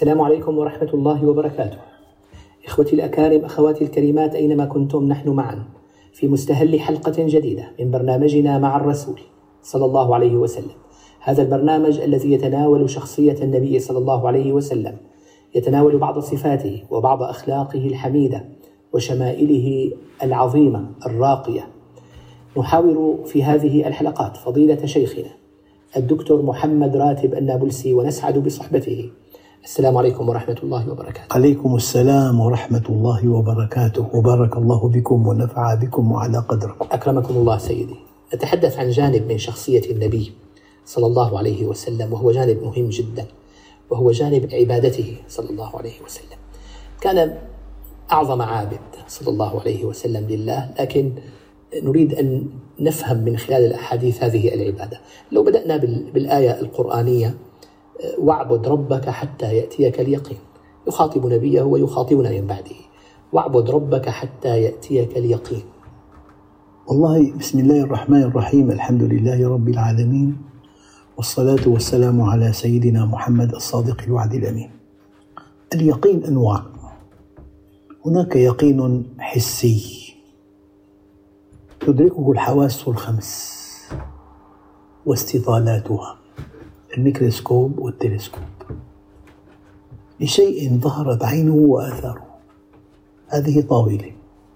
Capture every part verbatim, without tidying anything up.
السلام عليكم ورحمة الله وبركاته. إخوتي الأكارم، أخواتي الكريمات، أينما كنتم نحن معا في مستهل حلقة جديدة من برنامجنا مع الرسول صلى الله عليه وسلم. هذا البرنامج الذي يتناول شخصية النبي صلى الله عليه وسلم، يتناول بعض صفاته وبعض أخلاقه الحميدة وشمائله العظيمة الراقية. نحاور في هذه الحلقات فضيلة شيخنا الدكتور محمد راتب النابلسي ونسعد بصحبته. السلام عليكم ورحمة الله وبركاته. عليكم السلام ورحمة الله وبركاته، وبارك الله بكم ونفع بكم وعلى قدركم. أكرمكم الله سيدي. أتحدث عن جانب من شخصية النبي صلى الله عليه وسلم، وهو جانب مهم جدا، وهو جانب عبادته صلى الله عليه وسلم. كان أعظم عابد صلى الله عليه وسلم لله، لكن نريد أن نفهم من خلال الأحاديث هذه العبادة. لو بدأنا بالآية القرآنية: واعبد ربك حتى يأتيك اليقين، يخاطب نبيه ويخاطبنا من بعده: واعبد ربك حتى يأتيك اليقين. والله بسم الله الرحمن الرحيم، الحمد لله رب العالمين، والصلاة والسلام على سيدنا محمد الصادق الوعد الأمين. اليقين أنواع، هناك يقين حسي تدركه الحواس الخمس واستطالاتها، الميكروسكوب والتلسكوب، لشيء ظهرت عينه وآثاره. هذه طاولة،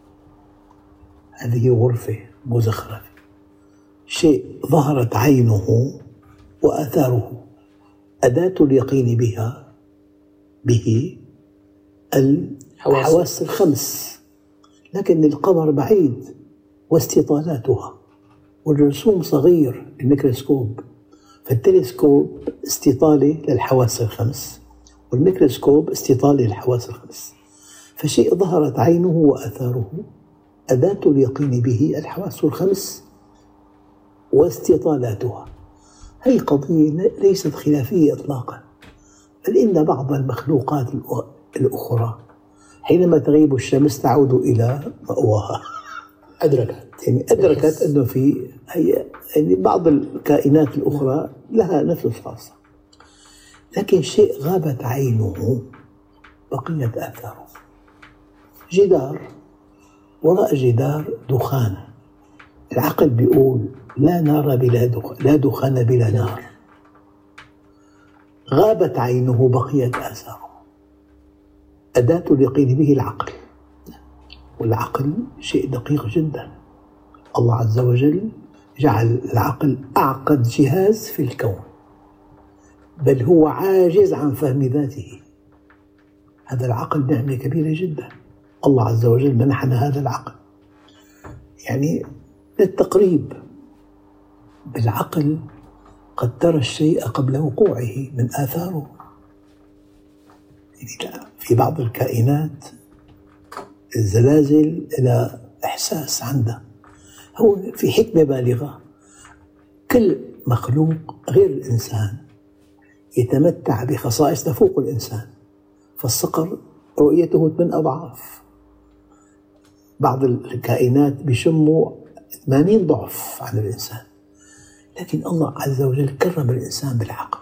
هذه غرفة مزخرفة، شيء ظهرت عينه وآثاره. أداة اليقين بها به الحواس الخمس، لكن القمر بعيد واستطالاتها، والجرثوم صغير، الميكروسكوب. فالتلسكوب استطالة للحواس الخمس، والميكروسكوب استطالة للحواس الخمس. فشيء ظهرت عينه وآثاره، أداة اليقين به الحواس الخمس واستطالاتها. هي قضية ليست خلافية إطلاقا، بل إن بعض المخلوقات الأخرى حينما تغيب الشمس تعود إلى مأواها. أدركت يعني أدركت أنه في هي يعني بعض الكائنات الأخرى لها نفس خاصة، لكن شيء غابت عينه بقيت آثاره. جدار، وراء جدار دخان. العقل بيقول لا نار بلا دخان، لا دخان بلا نار. غابت عينه بقيت آثاره. أداة اليقين به العقل، والعقل شيء دقيق جدا. الله عز وجل جعل العقل أعقد جهاز في الكون، بل هو عاجز عن فهم ذاته. هذا العقل نعمة كبيرة جدا، الله عز وجل منحنا هذا العقل. يعني للتقريب، بالعقل قد ترى الشيء قبل وقوعه من آثاره. يعني في بعض الكائنات الزلازل إلى إحساس عنده. هو في حكمة بالغة، كل مخلوق غير الإنسان يتمتع بخصائص تفوق الإنسان، فالصقر رؤيته ثمان أضعاف. بعض الكائنات بيشموا ثمانين ضعف عن الإنسان، لكن الله عز وجل كرم الإنسان بالعقل،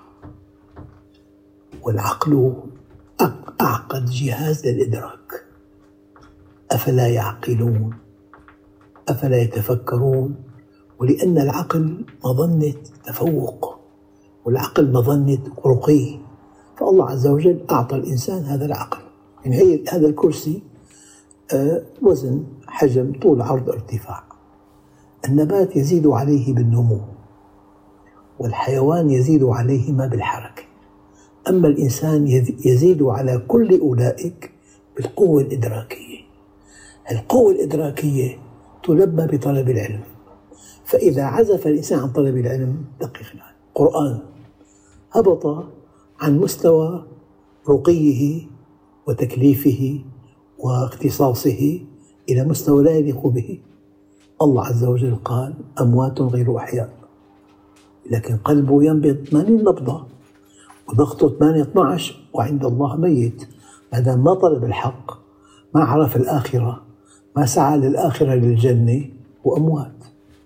والعقل أعقد جهاز للإدراك. أفلا يعقلون، أفلا يتفكرون؟ ولأن العقل مظنة تفوق، والعقل مظنة رقي، فالله عز وجل أعطى الإنسان هذا العقل. يعني هي هذا الكرسي وزن، حجم، طول، عرض، ارتفاع. النبات يزيد عليه بالنمو، والحيوان يزيد عليهما بالحركة، أما الإنسان يزيد على كل أولئك بالقوة الإدراكية. القوة الإدراكية تلبى بطلب العلم، فإذا عزف الإنسان عن طلب العلم دقيق القرآن هبط عن مستوى رقيه وتكليفه واختصاصه إلى مستوى لا يليق به. الله عز وجل قال: أموات غير أحياء، لكن قلبه ينبض ثمانين نبضة وضغطه ثمانية اثني عشر، وعند الله ميت. ما دام ما طلب الحق، ما عرف الآخرة، ما سعى للآخرة للجنة، وأموات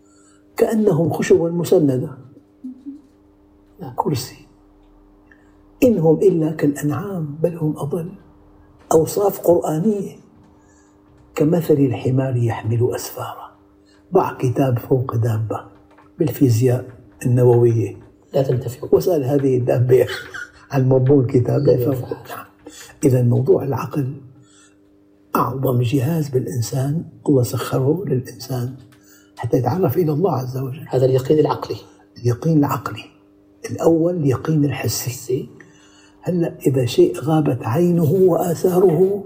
كأنهم خشب مسندة، كرسي. إنهم إلا كالأنعام بل هم أضل. أوصاف قرآنية، كمثل الحمار يحمل أسفارا. ضع كتاب فوق دابة بالفيزياء النووية لا تنتفع، وسأل هذه الدابة عن مضمون الكتاب لا يفهم. إذا موضوع العقل أعظم جهاز بالإنسان، الله سخره للإنسان حتى يتعرف إلى الله عز وجل. هذا اليقين العقلي. اليقين العقلي الأول اليقين الحسي. هلأ إذا شيء غابت عينه وآثاره،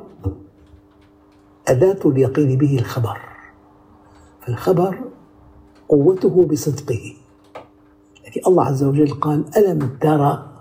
أداة اليقين به الخبر، فالخبر قوته بصدقه. لكن الله عز وجل قال: ألم ترى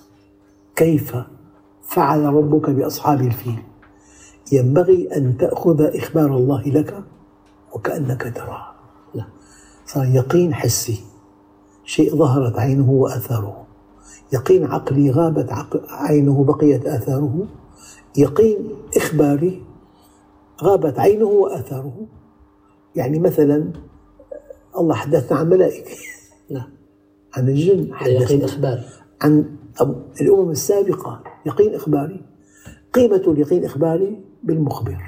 كيف فعل ربك بأصحاب الفيل؟ ينبغي أن تأخذ إخبار الله لك وكأنك تراه. صار يقين حسي، شيء ظهرت عينه وآثاره. يقين عقلي، غابت عينه بقيت آثاره. يقين إخباري، غابت عينه وآثاره. يعني مثلا الله حدثنا عن ملائكة، نعم، عن الجن، يقين إخباري. عن الأمم السابقة، يقين إخباري. قيمة اليقين إخباري بالمخبر،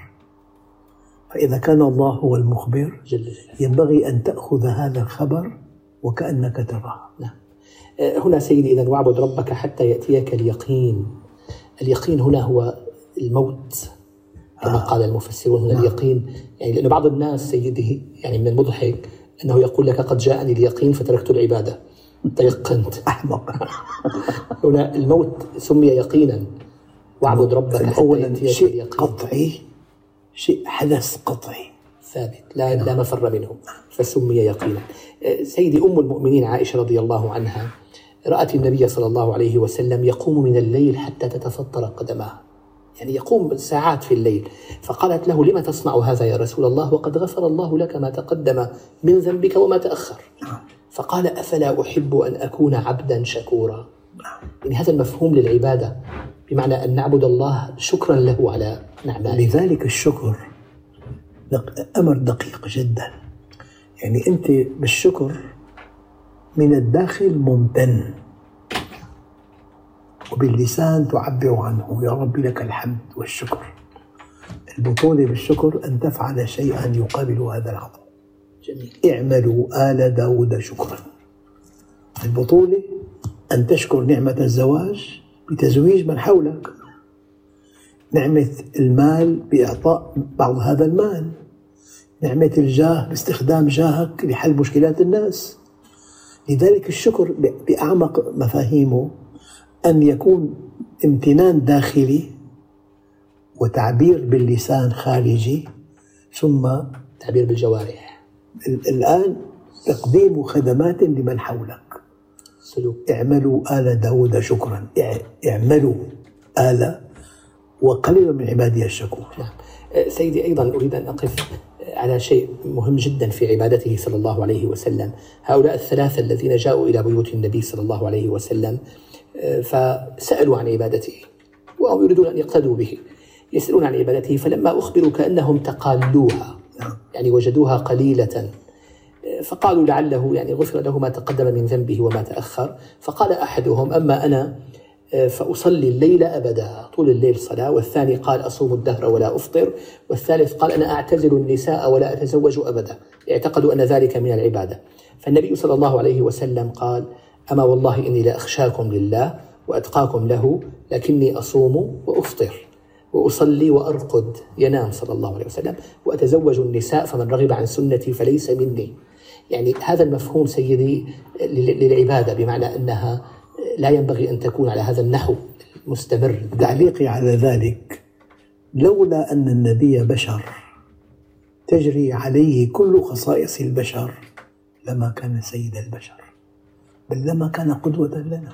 فإذا كان الله هو المخبر جل جلاله ينبغي أن تأخذ هذا الخبر وكأنك تراه. نعم. هنا سيدي إذن واعبد ربك حتى يأتيك اليقين. اليقين هنا هو الموت كما آه. قال المفسرون هنا. نعم. اليقين يعني لأن بعض الناس سيدي يعني من المضحك أنه يقول لك قد جاءني اليقين فتركت العبادة، تيقنت. أحمق. هنا الموت سمي يقينا، واعبد ربك حتى أولا يأتيك شيء اليقين. قطعي، شيء حدث قطعي ثابت لا, لا مفر منه، فسمي يقينا. سيدي أم المؤمنين عائشة رضي الله عنها رأت النبي صلى الله عليه وسلم يقوم من الليل حتى تتفطر قدماه، يعني يقوم ساعات في الليل، فقالت له: لما تصنع هذا يا رسول الله وقد غفر الله لك ما تقدم من ذنبك وما تأخر؟ فقال: أفلا أحب أن أكون عبدا شكورا. يعني هذا المفهوم للعبادة، بمعنى أن نعبد الله شكرا له على نعمه. لذلك الشكر أمر دقيق جدا. يعني أنت بالشكر من الداخل ممتن، وباللسان تعبر عنه: يا رب لك الحمد والشكر. البطولة بالشكر أن تفعل شيئا يقابل هذا العطاء. جميل. اعملوا آل داود شكرا. البطولة أن تشكر نعمة الزواج بتزويج من حولك، نعمة المال بإعطاء بعض هذا المال، نعمة الجاه باستخدام جاهك لحل مشكلات الناس. لذلك الشكر بأعمق مفاهيمه أن يكون امتنان داخلي وتعبير باللسان خارجي، ثم تعبير بالجوارح. الآن تقديم خدمات لمن حولك. سلوك. اعملوا آل داود شكرا. اعملوا آل، وقليل من عبادي الشكور. نعم. سيدي أيضا أريد أن أقف على شيء مهم جدا في عبادته صلى الله عليه وسلم. هؤلاء الثلاثة الذين جاءوا إلى بيوت النبي صلى الله عليه وسلم فسألوا عن عبادته وهم يريدون أن يقتدوا به، يسألون عن عبادته، فلما أخبروا كأنهم تقالوها، يعني وجدوها قليلة، فقالوا لعله يعني غفر له ما تقدم من ذنبه وما تأخر. فقال أحدهم: أما أنا فأصلي الليل أبدا، طول الليل صلاة. والثاني قال: أصوم الدهر ولا أفطر. والثالث قال: أنا أعتزل النساء ولا أتزوج أبدا. اعتقدوا أن ذلك من العبادة. فالنبي صلى الله عليه وسلم قال: أما والله إني لأخشاكم لله وأتقاكم له، لكني أصوم وأفطر وأصلي وأرقد، ينام صلى الله عليه وسلم، وأتزوج النساء، فمن رغب عن سنتي فليس مني. يعني هذا المفهوم سيدي للعبادة، بمعنى أنها لا ينبغي أن تكون على هذا النحو مستمر. تعليقي على ذلك: لولا أن النبي بشر تجري عليه كل خصائص البشر لما كان سيد البشر، بل لما كان قدوة لنا.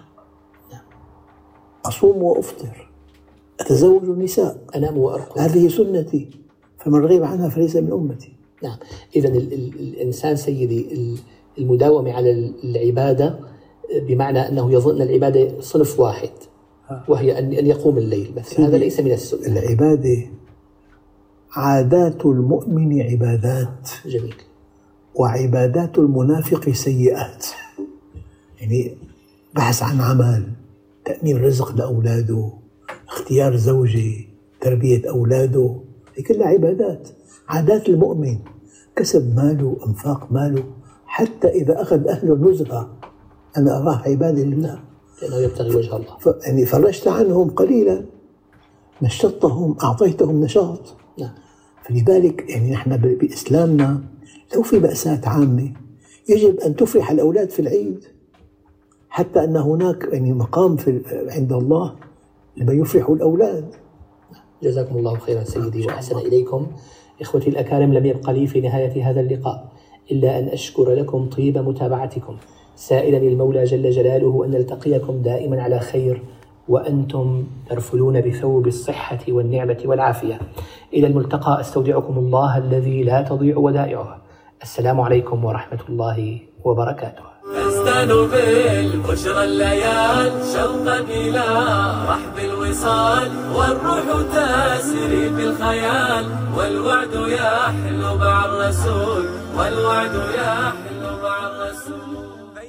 أصوم وأفطر، أتزوج النساء، أنام وأرقد، هذه سنتي، فمن رغب عنها فليس من أمتي. نعم. إذن الإنسان سيدي المداوم على العبادة بمعنى أنه يظن العبادة صنف واحد، وهي أن يقوم الليل بس، هذا ليس من السنة. العبادة عادات المؤمن عبادات. جميل. وعبادات المنافق سيئات. يعني بحث عن عمل تأمين رزق لأولاده، اختيار زوجة، تربية أولاده، هي كلها عبادات، عادات المؤمن، كسب ماله، انفاق ماله، حتى إذا أخذ أهله النزهة أنا أراه عبادة لله لأنه يبتغي وجه الله. ف... يعني فرجت عنهم قليلا، نشطتهم، أعطيتهم نشاط. نعم. فلذلك يعني نحن بإسلامنا لو في مأساة عامة يجب أن تفرح الأولاد في العيد، حتى أن هناك يعني مقام في عند الله لما يفرح الأولاد. جزاكم الله خيرا سيدي وأحسن إليكم. إخوتي الأكارم، لم يبق لي في نهاية هذا اللقاء إلا أن أشكر لكم طيب متابعتكم، سائلا المولى جل جلاله أن نلتقيكم دائما على خير وأنتم ترفلون بثوب الصحة والنعمة والعافية. إلى الملتقى، أستودعكم الله الذي لا تضيع ودائعه. السلام عليكم ورحمة الله وبركاته. أزدان بالبشرى الليال شوقا إلى رحب الوصال، والروح تسري بالخيال، والوعد يحلو مع الرسول، والوعد يحلو مع الرسول.